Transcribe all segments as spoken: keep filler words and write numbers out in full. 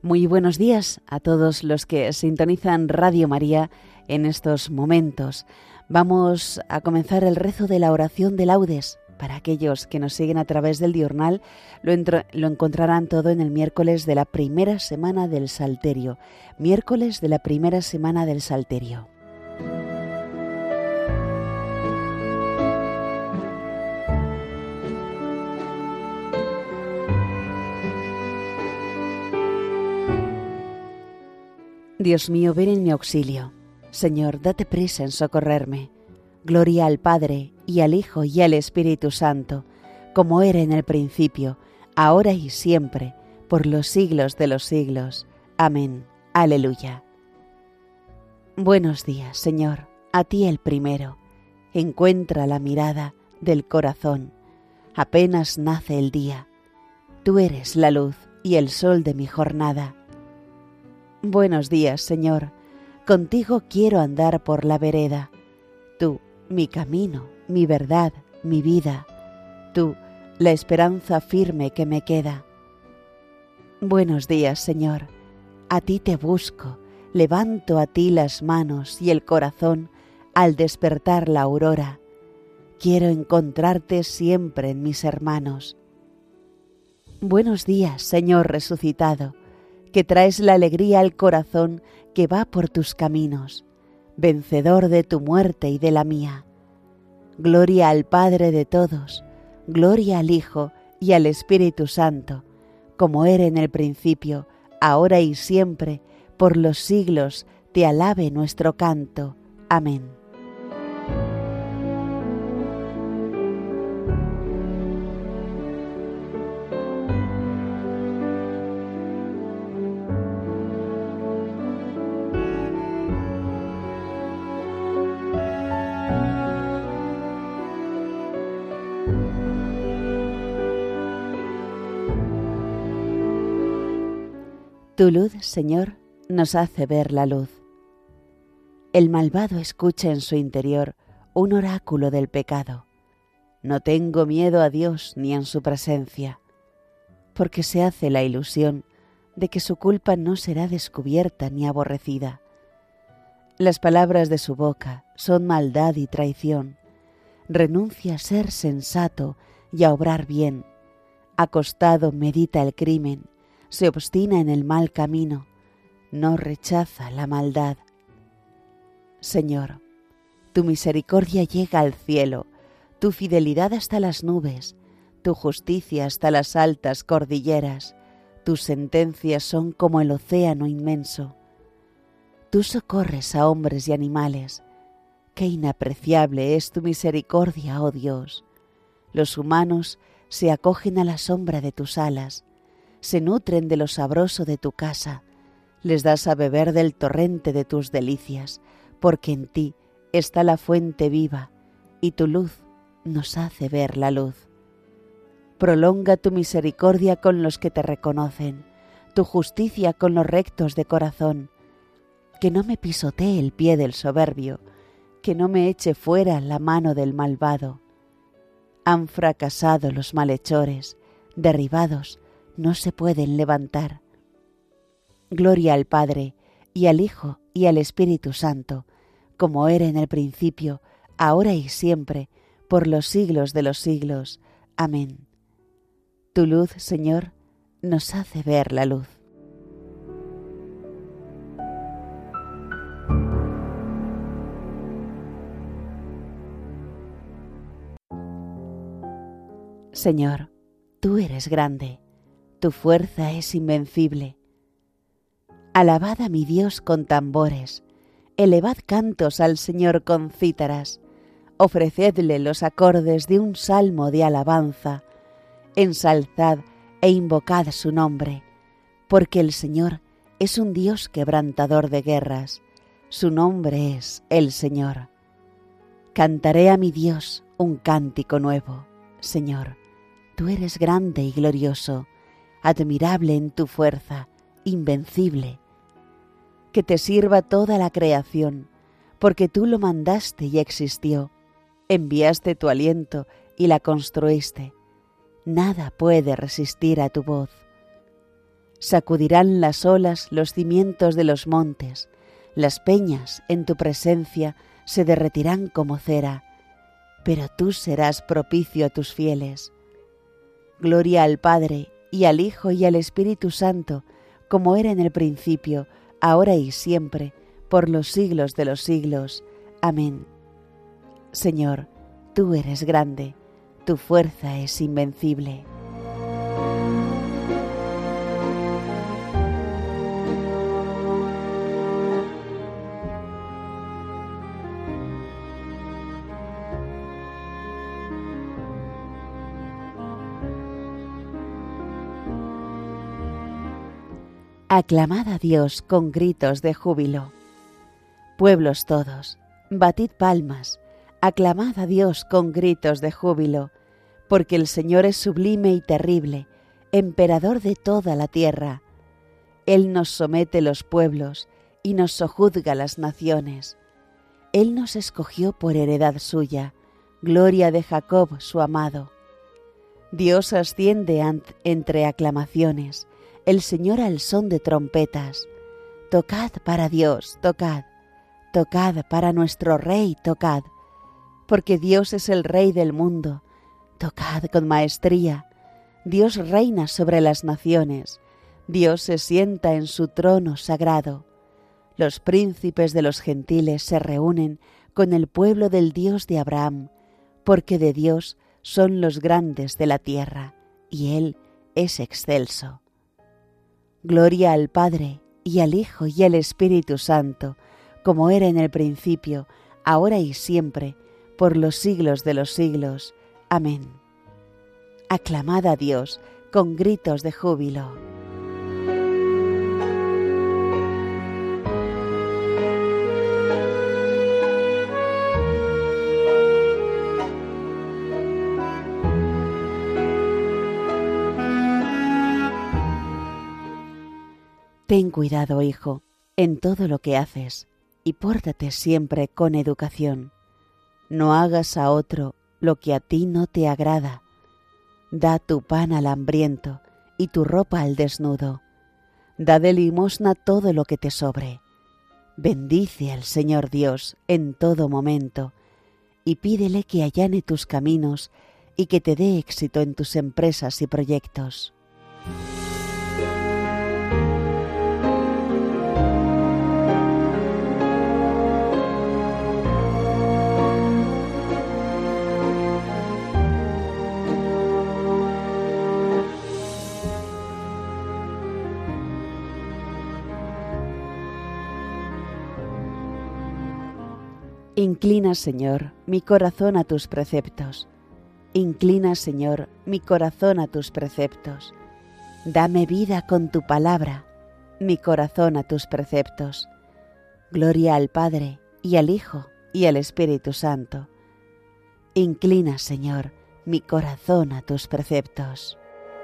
Muy buenos días a todos los que sintonizan Radio María en estos momentos. Vamos a comenzar el rezo de la oración de laudes. Para aquellos que nos siguen a través del diurnal, lo, entro, lo encontrarán todo en el miércoles de la primera semana del Salterio. Miércoles de la primera semana del Salterio. Dios mío, ven en mi auxilio. Señor, date prisa en socorrerme. Gloria al Padre, y al Hijo, y al Espíritu Santo, como era en el principio, ahora y siempre, por los siglos de los siglos. Amén. Aleluya. Buenos días, Señor, a ti el primero. Encuentra la mirada del corazón. Apenas nace el día. Tú eres la luz y el sol de mi jornada. Buenos días, Señor, contigo quiero andar por la vereda. Tú, mi camino, mi verdad, mi vida. Tú, la esperanza firme que me queda. Buenos días, Señor, a ti te busco, levanto a ti las manos y el corazón al despertar la aurora. Quiero encontrarte siempre en mis hermanos. Buenos días, Señor resucitado, que traes la alegría al corazón que va por tus caminos, vencedor de tu muerte y de la mía. Gloria al Padre de todos, gloria al Hijo y al Espíritu Santo, como era en el principio, ahora y siempre, por los siglos, te alabe nuestro canto. Amén. Tu luz, Señor, nos hace ver la luz. El malvado escucha en su interior un oráculo del pecado. No tengo miedo a Dios ni en su presencia, porque se hace la ilusión de que su culpa no será descubierta ni aborrecida. Las palabras de su boca son maldad y traición. Renuncia a ser sensato y a obrar bien. Acostado medita el crimen. Se obstina en el mal camino, no rechaza la maldad. Señor, tu misericordia llega al cielo, tu fidelidad hasta las nubes, tu justicia hasta las altas cordilleras, tus sentencias son como el océano inmenso. Tú socorres a hombres y animales. Qué inapreciable es tu misericordia, oh Dios. Los humanos se acogen a la sombra de tus alas, se nutren de lo sabroso de tu casa, les das a beber del torrente de tus delicias, porque en ti está la fuente viva, y tu luz nos hace ver la luz. Prolonga tu misericordia con los que te reconocen, tu justicia con los rectos de corazón, que no me pisotee el pie del soberbio, que no me eche fuera la mano del malvado. Han fracasado los malhechores, derribados, no se pueden levantar. Gloria al Padre, y al Hijo, y al Espíritu Santo, como era en el principio, ahora y siempre, por los siglos de los siglos. Amén. Tu luz, Señor, nos hace ver la luz. Señor, tú eres grande. Tu fuerza es invencible. Alabad a mi Dios con tambores, elevad cantos al Señor con cítaras, ofrecedle los acordes de un salmo de alabanza, ensalzad e invocad su nombre, porque el Señor es un Dios quebrantador de guerras, su nombre es el Señor. Cantaré a mi Dios un cántico nuevo. Señor, tú eres grande y glorioso, admirable en tu fuerza, invencible. Que te sirva toda la creación, porque tú lo mandaste y existió. Enviaste tu aliento y la construiste. Nada puede resistir a tu voz. Sacudirán las olas los cimientos de los montes, las peñas en tu presencia se derretirán como cera, pero tú serás propicio a tus fieles. Gloria al Padre, y al Hijo, y al Espíritu Santo, como era en el principio, ahora y siempre, por los siglos de los siglos. Amén. Señor, tú eres grande, tu fuerza es invencible. Aclamad a Dios con gritos de júbilo. Pueblos todos, batid palmas, aclamad a Dios con gritos de júbilo, porque el Señor es sublime y terrible, emperador de toda la tierra. Él nos somete los pueblos y nos sojuzga las naciones. Él nos escogió por heredad suya, gloria de Jacob su amado. Dios asciende ant- entre aclamaciones, el Señor al son de trompetas. Tocad para Dios, tocad, tocad para nuestro Rey, tocad, porque Dios es el Rey del mundo. Tocad con maestría. Dios reina sobre las naciones. Dios se sienta en su trono sagrado. Los príncipes de los gentiles se reúnen con el pueblo del Dios de Abraham, porque de Dios son los grandes de la tierra, y Él es excelso. Gloria al Padre, y al Hijo, y al Espíritu Santo, como era en el principio, ahora y siempre, por los siglos de los siglos. Amén. Aclamad a Dios con gritos de júbilo. Ten cuidado, hijo, en todo lo que haces, y pórtate siempre con educación. No hagas a otro lo que a ti no te agrada. Da tu pan al hambriento y tu ropa al desnudo. Da de limosna todo lo que te sobre. Bendice al Señor Dios en todo momento, y pídele que allane tus caminos y que te dé éxito en tus empresas y proyectos. Inclina, Señor, mi corazón a tus preceptos. Inclina, Señor, mi corazón a tus preceptos. Dame vida con tu palabra, mi corazón a tus preceptos. Gloria al Padre, y al Hijo, y al Espíritu Santo. Inclina, Señor, mi corazón a tus preceptos.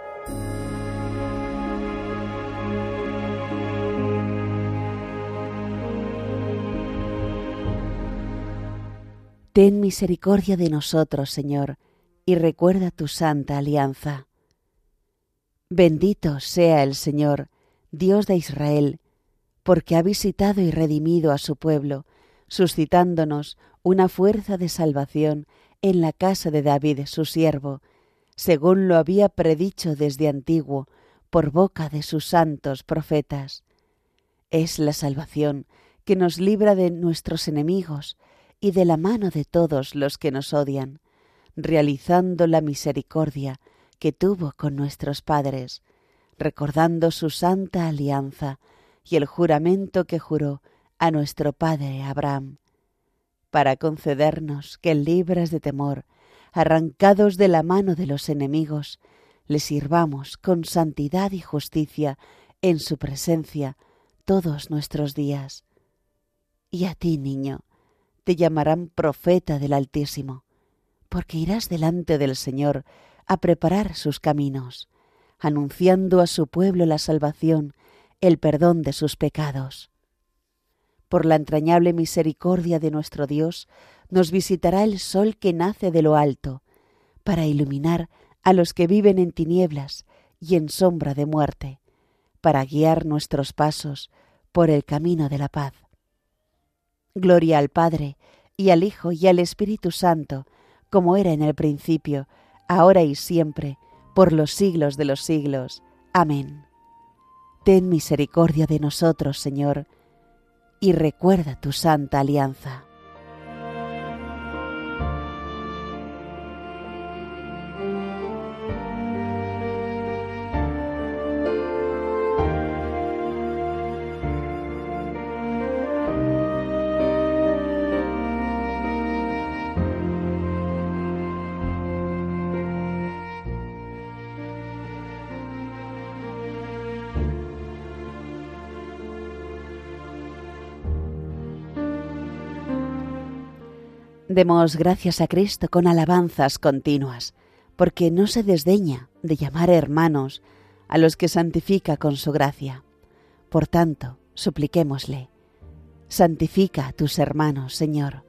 Ten misericordia de nosotros, Señor, y recuerda tu santa alianza. Bendito sea el Señor, Dios de Israel, porque ha visitado y redimido a su pueblo, suscitándonos una fuerza de salvación en la casa de David, su siervo, según lo había predicho desde antiguo por boca de sus santos profetas. Es la salvación que nos libra de nuestros enemigos y de la mano de todos los que nos odian, realizando la misericordia que tuvo con nuestros padres, recordando su santa alianza y el juramento que juró a nuestro padre Abraham, para concedernos que, libres de temor, arrancados de la mano de los enemigos, le sirvamos con santidad y justicia en su presencia todos nuestros días. Y a ti, niño, te llamarán profeta del Altísimo, porque irás delante del Señor a preparar sus caminos, anunciando a su pueblo la salvación, el perdón de sus pecados. Por la entrañable misericordia de nuestro Dios, nos visitará el sol que nace de lo alto, para iluminar a los que viven en tinieblas y en sombra de muerte, para guiar nuestros pasos por el camino de la paz. Gloria al Padre, y al Hijo, y al Espíritu Santo, como era en el principio, ahora y siempre, por los siglos de los siglos. Amén. Ten misericordia de nosotros, Señor, y recuerda tu santa alianza. Demos gracias a Cristo con alabanzas continuas, porque no se desdeña de llamar hermanos a los que santifica con su gracia. Por tanto, supliquémosle: santifica a tus hermanos, Señor.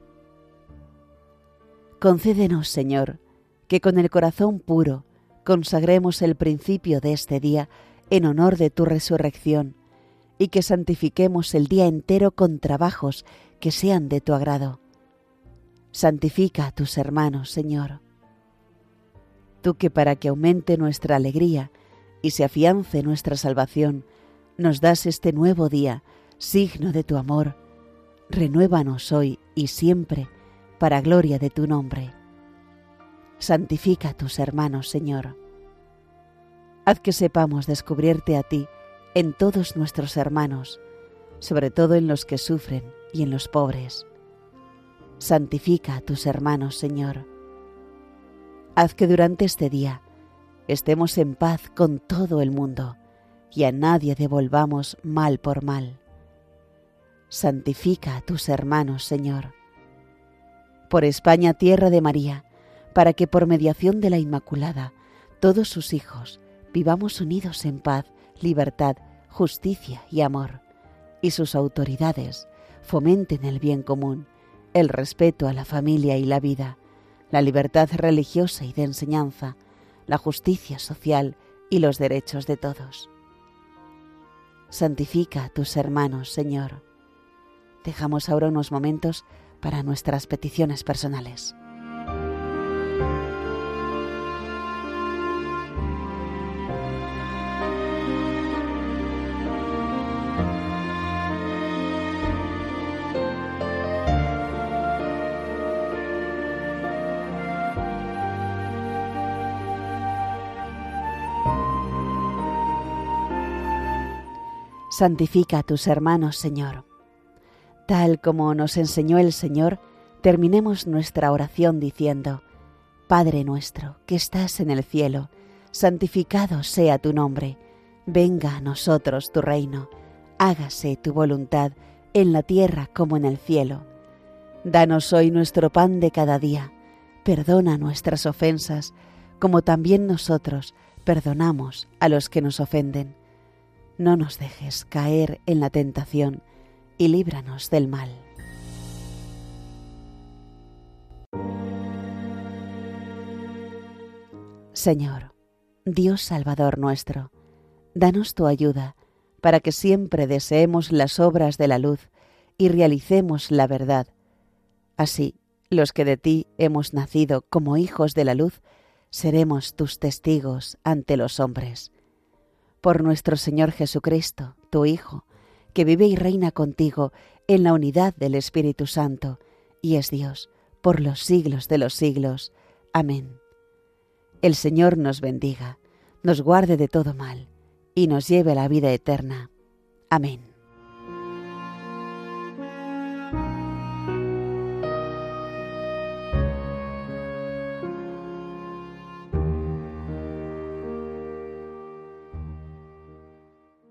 Concédenos, Señor, que con el corazón puro consagremos el principio de este día en honor de tu resurrección, y que santifiquemos el día entero con trabajos que sean de tu agrado. Santifica a tus hermanos, Señor. Tú que para que aumente nuestra alegría y se afiance nuestra salvación, nos das este nuevo día, signo de tu amor, renuévanos hoy y siempre, para gloria de tu nombre. Santifica a tus hermanos, Señor. Haz que sepamos descubrirte a ti en todos nuestros hermanos, sobre todo en los que sufren y en los pobres. Santifica a tus hermanos, Señor. Haz que durante este día estemos en paz con todo el mundo y a nadie devolvamos mal por mal. Santifica a tus hermanos, Señor. Por España, tierra de María, para que por mediación de la Inmaculada todos sus hijos vivamos unidos en paz, libertad, justicia y amor, y sus autoridades fomenten el bien común, el respeto a la familia y la vida, la libertad religiosa y de enseñanza, la justicia social y los derechos de todos. Santifica a tus hermanos, Señor. Dejamos ahora unos momentos para nuestras peticiones personales. Santifica a tus hermanos, Señor. Tal como nos enseñó el Señor, terminemos nuestra oración diciendo: Padre nuestro, que estás en el cielo, santificado sea tu nombre. Venga a nosotros tu reino. Hágase tu voluntad en la tierra como en el cielo. Danos hoy nuestro pan de cada día. Perdona nuestras ofensas, como también nosotros perdonamos a los que nos ofenden. No nos dejes caer en la tentación y líbranos del mal. Señor, Dios Salvador nuestro, danos tu ayuda para que siempre deseemos las obras de la luz y realicemos la verdad. Así, los que de ti hemos nacido como hijos de la luz, seremos tus testigos ante los hombres. Por nuestro Señor Jesucristo, tu Hijo, que vive y reina contigo en la unidad del Espíritu Santo, y es Dios por los siglos de los siglos. Amén. El Señor nos bendiga, nos guarde de todo mal, y nos lleve a la vida eterna. Amén.